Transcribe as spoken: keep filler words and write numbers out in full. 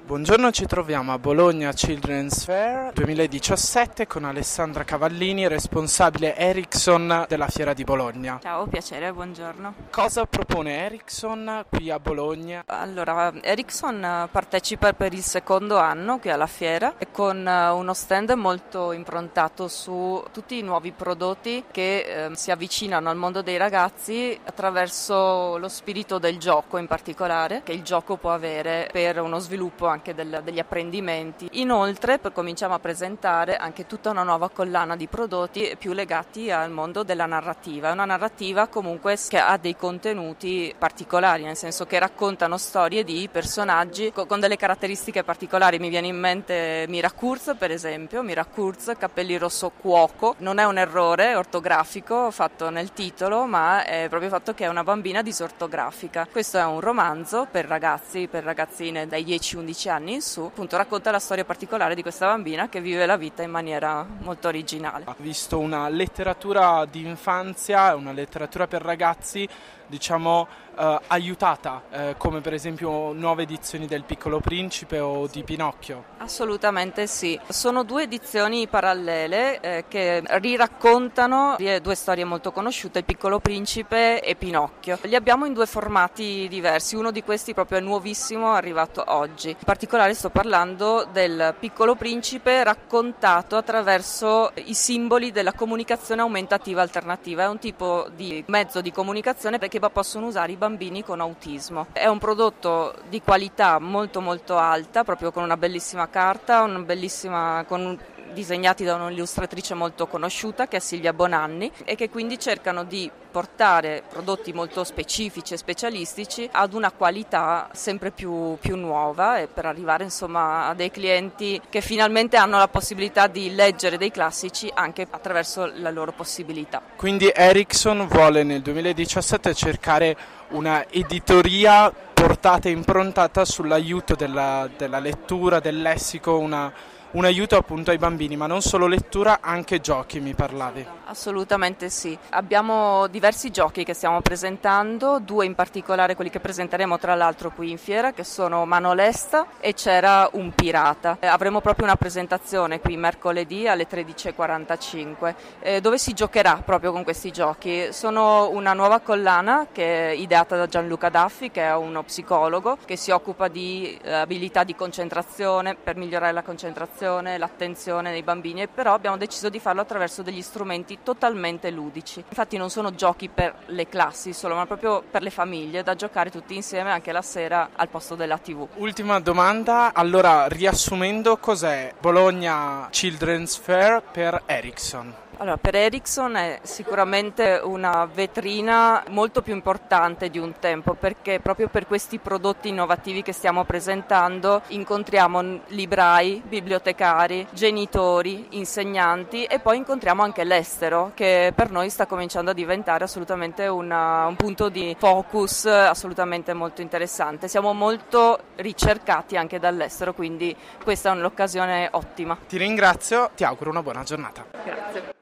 Buongiorno, ci troviamo a Bologna Children's Fair duemiladiciassette con Alessandra Cavallini, responsabile Ericsson della Fiera di Bologna. Ciao, piacere, buongiorno. Cosa propone Ericsson qui a Bologna? Allora, Ericsson partecipa per il secondo anno qui alla fiera e con uno stand molto improntato su tutti i nuovi prodotti che eh, si avvicinano al mondo dei ragazzi attraverso lo spirito del gioco in particolare, che il gioco può avere per uno sviluppo anche anche del, degli apprendimenti. Inoltre cominciamo a presentare anche tutta una nuova collana di prodotti più legati al mondo della narrativa. È una narrativa comunque che ha dei contenuti particolari, nel senso che raccontano storie di personaggi con, con delle caratteristiche particolari. Mi viene in mente Mira Kurz, per esempio, Mira Kurz, capelli rosso cuoco. Non è un errore ortografico fatto nel titolo, ma è proprio il fatto che è una bambina disortografica. Questo è un romanzo per ragazzi, per ragazzine dai dieci undici anni in su, appunto racconta la storia particolare di questa bambina che vive la vita in maniera molto originale. Ha visto una letteratura di infanzia, una letteratura per ragazzi, diciamo eh, aiutata, eh, come per esempio nuove edizioni del Piccolo Principe o di Pinocchio? Assolutamente sì, sono due edizioni parallele eh, che riraccontano due storie molto conosciute, Il Piccolo Principe e Pinocchio. Li abbiamo in due formati diversi, uno di questi proprio è nuovissimo, arrivato oggi. In particolare sto parlando del Piccolo Principe raccontato attraverso i simboli della comunicazione aumentativa alternativa. È un tipo di mezzo di comunicazione che possono usare i bambini con autismo. È un prodotto di qualità molto molto alta, proprio con una bellissima carta, una bellissima con un disegnati da un'illustratrice molto conosciuta che è Silvia Bonanni e che quindi cercano di portare prodotti molto specifici e specialistici ad una qualità sempre più, più nuova e per arrivare insomma a dei clienti che finalmente hanno la possibilità di leggere dei classici anche attraverso la loro possibilità. Quindi Ericsson vuole nel duemiladiciassette cercare una editoria portata e improntata sull'aiuto della, della lettura, del lessico, una un aiuto appunto ai bambini, ma non solo lettura, anche giochi, mi parlavi. Assolutamente sì. Abbiamo diversi giochi che stiamo presentando, due in particolare, quelli che presenteremo tra l'altro qui in fiera, che sono Mano Lesta e C'era un pirata. Eh, avremo proprio una presentazione qui mercoledì alle tredici e quarantacinque, eh, dove si giocherà proprio con questi giochi. Sono una nuova collana che è ideata da Gianluca Daffi, che è uno psicologo che si occupa di eh, abilità di concentrazione per migliorare la concentrazione, l'attenzione dei bambini, però abbiamo deciso di farlo attraverso degli strumenti totalmente ludici. Infatti non sono giochi per le classi solo, ma proprio per le famiglie, da giocare tutti insieme anche la sera al posto della tivù. Ultima domanda, allora riassumendo, cos'è Bologna Children's Fair per Ericsson? Allora, per Ericsson è sicuramente una vetrina molto più importante di un tempo, perché proprio per questi prodotti innovativi che stiamo presentando incontriamo librai, bibliotecari, genitori, insegnanti e poi incontriamo anche l'estero, che per noi sta cominciando a diventare assolutamente una, un punto di focus assolutamente molto interessante. Siamo molto ricercati anche dall'estero, quindi questa è un'occasione ottima. Ti ringrazio, ti auguro una buona giornata. Grazie.